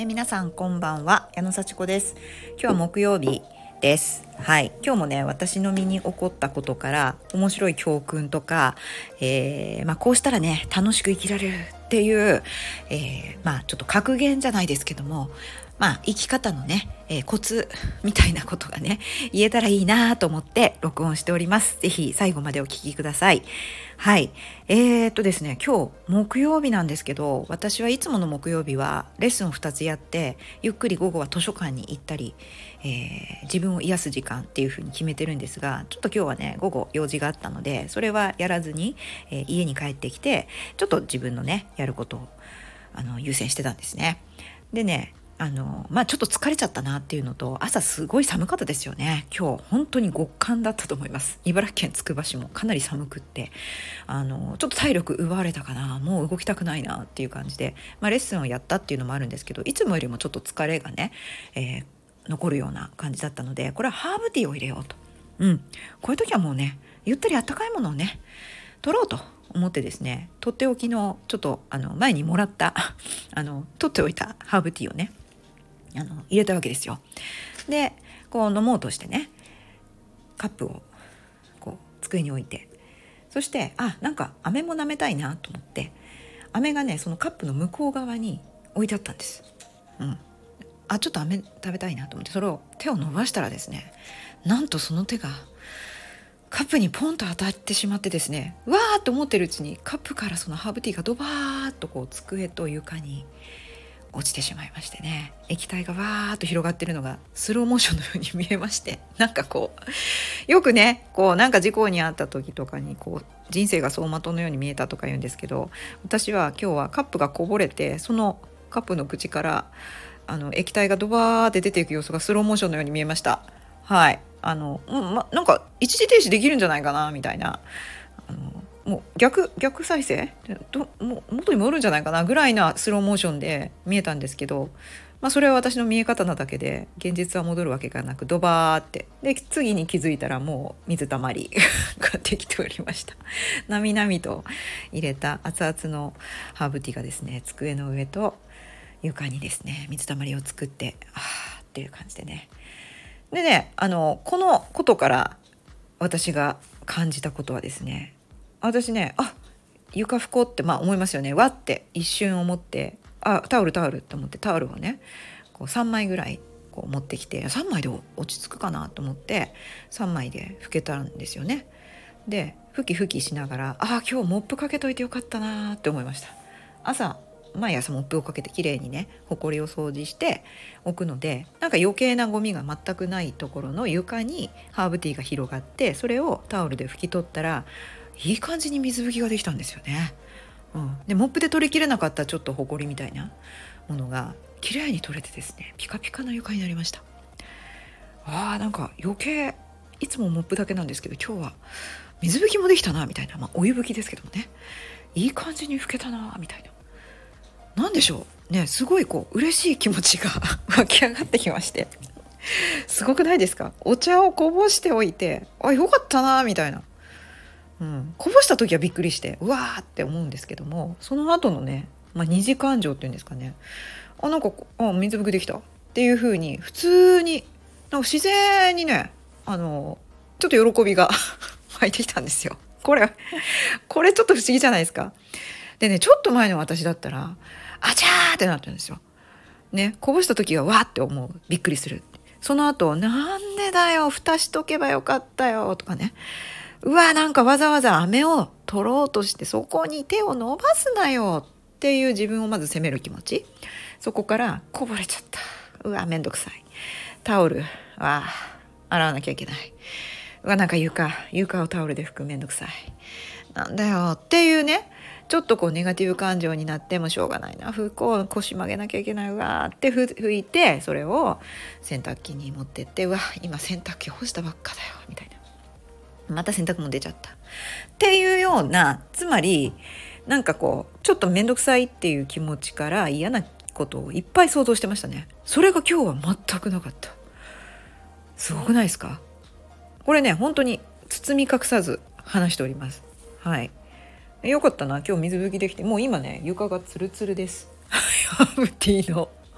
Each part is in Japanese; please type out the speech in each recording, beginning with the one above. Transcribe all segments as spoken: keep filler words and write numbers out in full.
え皆さんこんばんは、矢野幸子です。今日は木曜日です。はい、今日もね、私の身に起こったことから面白い教訓とか、えーまあ、こうしたらね楽しく生きられるっていう、えーまあ、ちょっと格言じゃないですけども、まあ、生き方のね、えー、コツみたいなことがね言えたらいいなと思って録音しております。ぜひ最後までお聞きください。はい、えー、っとですね今日木曜日なんですけど、私はいつもの木曜日はレッスンをふたつやって、ゆっくり午後は図書館に行ったり、えー、自分を癒す時間っていう風に決めてるんですが、ちょっと今日はね午後用事があったのでそれはやらずに、えー、家に帰ってきてちょっと自分のねやることをあの優先してたんですね。でねあのまあちょっと疲れちゃったなっていうのと、朝すごい寒かったですよね。今日本当に極寒だったと思います。茨城県つくば市もかなり寒くって、あのちょっと体力奪われたかな、もう動きたくないなっていう感じで、まあ、レッスンをやったっていうのもあるんですけど、いつもよりもちょっと疲れがね、えー残るような感じだったので、これはハーブティーを入れようと、うん、こういう時はもうねゆったりあったかいものをね取ろうと思ってですね、とっておきのちょっとあの前にもらったあの取っておいたハーブティーをねあの入れたわけですよ。でこう飲もうとしてね、カップをこう机に置いて、そしてあなんか飴も舐めたいなと思って、飴がねそのカップの向こう側に置いてあったんです。うん、あちょっと飴食べたいなと思ってそれを手を伸ばしたらですね、なんとその手がカップにポンと当たってしまってですね、わーっと思ってるうちにカップからそのハーブティーがドバーッとこう机と床に落ちてしまいましてね、液体がわーっと広がってるのがスローモーションのように見えまして、なんかこうよくねこうなんか事故に遭った時とかにこう人生が走馬灯のように見えたとか言うんですけど、私は今日はカップがこぼれて、そのカップの口からあの液体がドバーって出ていく様子がスローモーションのように見えました。はい、あの、うんま、なんか一時停止できるんじゃないかなみたいな、あのもう逆逆再生どもう元に戻るんじゃないかなぐらいなスローモーションで見えたんですけど、まあ、それは私の見え方なだけで現実は戻るわけがなく、ドバーってで次に気づいたらもう水たまりができておりました。なみなみと入れた熱々のハーブティーがですね、机の上と床にですね水たまりを作って、あーっていう感じでね。でねあのこのことから私が感じたことはですね、私ねあ床拭こうってまあ思いますよね。わって一瞬思って、あタオルタオルって思ってタオルをねこうさんまいぐらいこう持ってきて、さんまいで落ち着くかなと思ってさんまいで拭けたんですよね。で拭き拭きしながら、あ今日モップかけといてよかったなって思いました。朝毎朝モップをかけてきれいにねほこりを掃除しておくので、なんか余計なゴミが全くないところの床にハーブティーが広がって、それをタオルで拭き取ったらいい感じに水拭きができたんですよね。うん、でモップで取りきれなかったちょっとほこりみたいなものがきれいに取れてですね、ピカピカな床になりました。あーなんか余計いつもモップだけなんですけど、今日は水拭きもできたなみたいな、まあ、お湯拭きですけどもね、いい感じに拭けたなみたいな、なんでしょうね、すごいこう嬉しい気持ちが湧き上がってきまして、すごくないですか？お茶をこぼしておいて、あよかったなみたいな、うん、こぼした時はびっくりしてうわーって思うんですけども、その後のね、まあ、二次感情っていうんですかね、あなんかあ水ぶくできたっていう風に普通になんか自然にねあのちょっと喜びが湧いてきたんですよ。これこれちょっと不思議じゃないですか。でねちょっと前の私だったらあちゃーってなってるんですよね。こぼした時はわーって思う、びっくりする、その後なんでだよ蓋しとけばよかったよとかね、うわなんかわざわざ飴を取ろうとしてそこに手を伸ばすなよっていう自分をまず責める気持ち、そこからこぼれちゃった、うわめんどくさい、タオルあ洗わなきゃいけない、うわなんか床床をタオルで拭くめんどくさい、なんだよっていうね、ちょっとこうネガティブ感情になってもしょうがないな、拭こう腰曲げなきゃいけない、うわーって拭いて、それを洗濯機に持ってって、うわ今洗濯機干したばっかだよみたいな、また洗濯も出ちゃったっていうような、つまりなんかこうちょっと面倒くさいっていう気持ちから嫌なことをいっぱい想像してましたね。それが今日は全くなかった。すごくないですか？これね本当に包み隠さず話しております。はい、よかったな今日水拭きできて、もう今ね床がツルツルですハーブティーの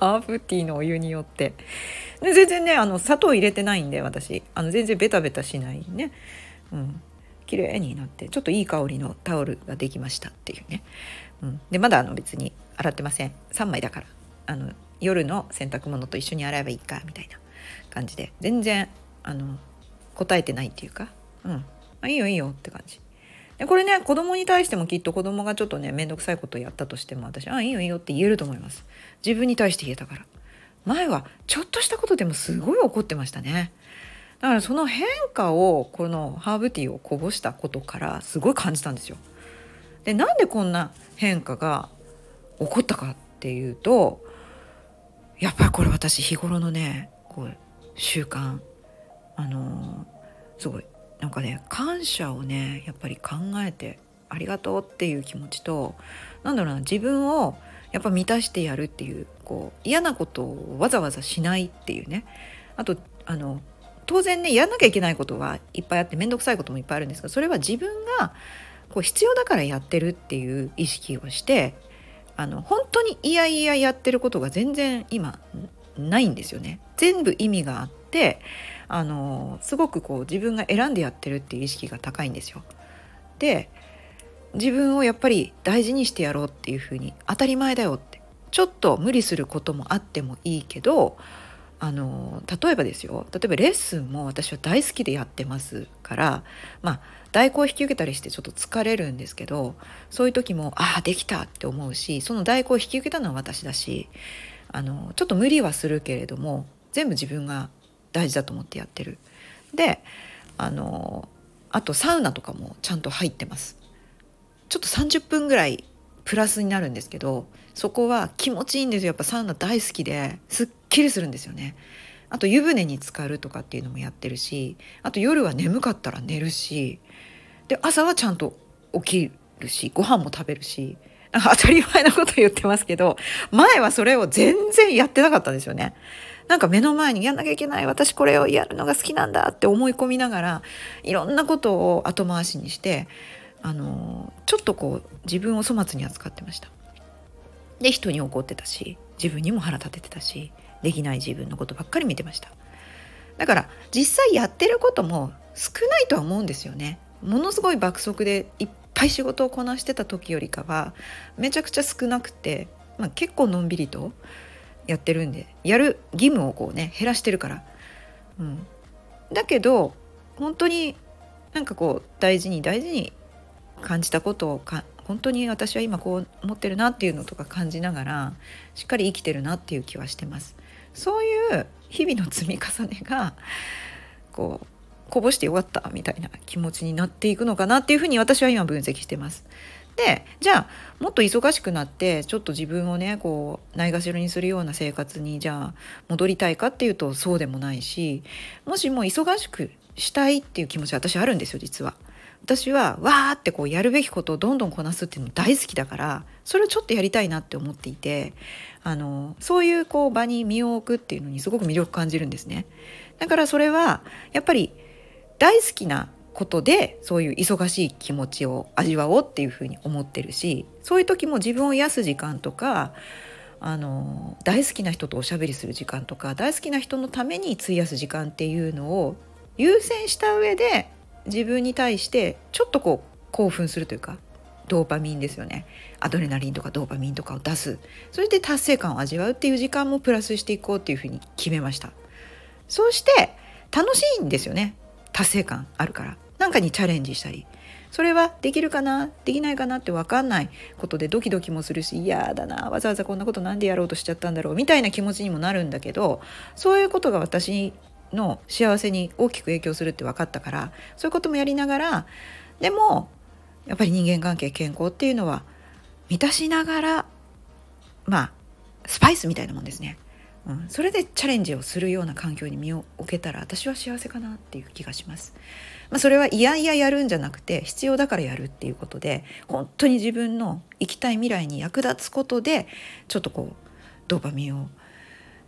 ハーブティーのお湯によってで全然ねあの砂糖入れてないんで私あの全然ベタベタしないね、うん、綺麗になってちょっといい香りのタオルができましたっていうね、うん、でまだあの別に洗ってません。さんまいだからあの夜の洗濯物と一緒に洗えばいいかみたいな感じで全然あの答えてないっていうか、うん、あいいよいいよって感じで、これね子供に対してもきっと子供がちょっとね面倒くさいことをやったとしても私あいいよいいよって言えると思います。自分に対して言えたから。前はちょっとしたことでもすごい怒ってましたね。だからその変化をこのハーブティーをこぼしたことからすごい感じたんですよ。でなんでこんな変化が起こったかっていうと、やっぱりこれ私日頃のねこう習慣あのー、すごいなんかね感謝をねやっぱり考えてありがとうっていう気持ちと、なんだろうな自分をやっぱ満たしてやるっていう、こう嫌なことをわざわざしないっていうね。あとあの当然ねやんなきゃいけないことはいっぱいあって面倒くさいこともいっぱいあるんですが、それは自分がこう必要だからやってるっていう意識をして、あの本当にいやいややってることが全然今ないんですよね。全部意味があってあのすごくこう自分が選んでやってるっていう意識が高いんですよ。で自分をやっぱり大事にしてやろうっていうふうに、当たり前だよって、ちょっと無理することもあってもいいけど、あの例えばですよ、例えばレッスンも私は大好きでやってますから、まあ代行を引き受けたりしてちょっと疲れるんですけど、そういう時もああできたって思うし、その代行を引き受けたのは私だし、あのちょっと無理はするけれども全部自分が大事だと思ってやってる。であのあとサウナとかもちゃんと入ってます。ちょっとさんじゅっぷんぐらいプラスになるんですけど、そこは気持ちいいんですよ。やっぱサウナ大好きですっきりするんですよね。あと湯船に浸かるとかっていうのもやってるし、あと夜は眠かったら寝るし、で朝はちゃんと起きるし、ご飯も食べるし、なんか当たり前なこと言ってますけど、前はそれを全然やってなかったんですよね。なんか目の前にやんなきゃいけない、私これをやるのが好きなんだって思い込みながら、いろんなことを後回しにしてあのちょっとこう自分を粗末に扱ってました。で人に怒ってたし、自分にも腹立ててたし、できない自分のことばっかり見てました。だから実際やってることも少ないとは思うんですよね。ものすごい爆速でいっぱい仕事をこなしてた時よりかはめちゃくちゃ少なくて、まあ、結構のんびりとやってるんで、やる義務をこうね減らしてるから、うん、だけど本当になんかこう大事に大事に感じたことをか本当に私は今こう思ってるなっていうのとか感じながらしっかり生きてるなっていう気はしてます。そういう日々の積み重ねがこうこぼしてよかったみたいな気持ちになっていくのかなっていうふうに私は今分析してます。でじゃあもっと忙しくなってちょっと自分をねこうないがしろにするような生活にじゃあ戻りたいかっていうとそうでもないし、もしも忙しくしたいっていう気持ちは私あるんですよ。実は私はわーってこうやるべきことをどんどんこなすっていうの大好きだから、それをちょっとやりたいなって思っていて、あのそういうこう場に身を置くっていうのにすごく魅力感じるんですね。だからそれはやっぱり大好きなことでそういう忙しい気持ちを味わおうっていうふうに思ってるし、そういう時も自分を癒す時間とか、あの大好きな人とおしゃべりする時間とか、大好きな人のために費やす時間っていうのを優先した上で自分に対してちょっとこう興奮するというか、ドーパミンですよね。アドレナリンとかドーパミンとかを出す、それで達成感を味わうっていう時間もプラスしていこうっていうふうに決めました。そうして楽しいんですよね。達成感あるから何かにチャレンジしたり、それはできるかなできないかなって分かんないことでドキドキもするし、嫌だな、わざわざこんなことなんでやろうとしちゃったんだろうみたいな気持ちにもなるんだけど、そういうことが私の幸せに大きく影響するって分かったから、そういうこともやりながら、でもやっぱり人間関係健康っていうのは満たしながら、まあスパイスみたいなもんですね。うん、それでチャレンジをするような環境に身を置けたら私は幸せかなっていう気がします。まあ、それはいやいややるんじゃなくて必要だからやるっていうことで、本当に自分の生きたい未来に役立つことでちょっとこうドーパミンを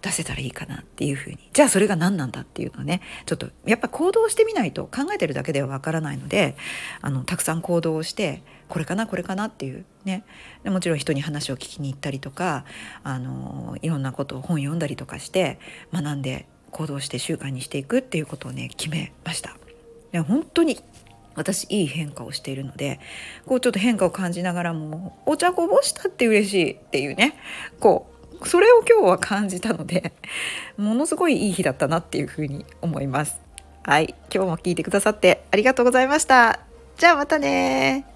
出せたらいいかなっていうふうに、じゃあそれが何なんだっていうのはね、ちょっとやっぱ行動してみないと、考えてるだけではわからないので、あのたくさん行動をして、これかなこれかなっていうね、でもちろん人に話を聞きに行ったりとか、あのいろんなことを本読んだりとかして学んで行動して習慣にしていくっていうことをね決めました。で本当に私いい変化をしているので、こうちょっと変化を感じながらも、お茶こぼしたって嬉しいっていうね、こうそれを今日は感じたので、ものすごいいい日だったなっていうふうに思います。はい、今日も聞いてくださってありがとうございました。じゃあまたね。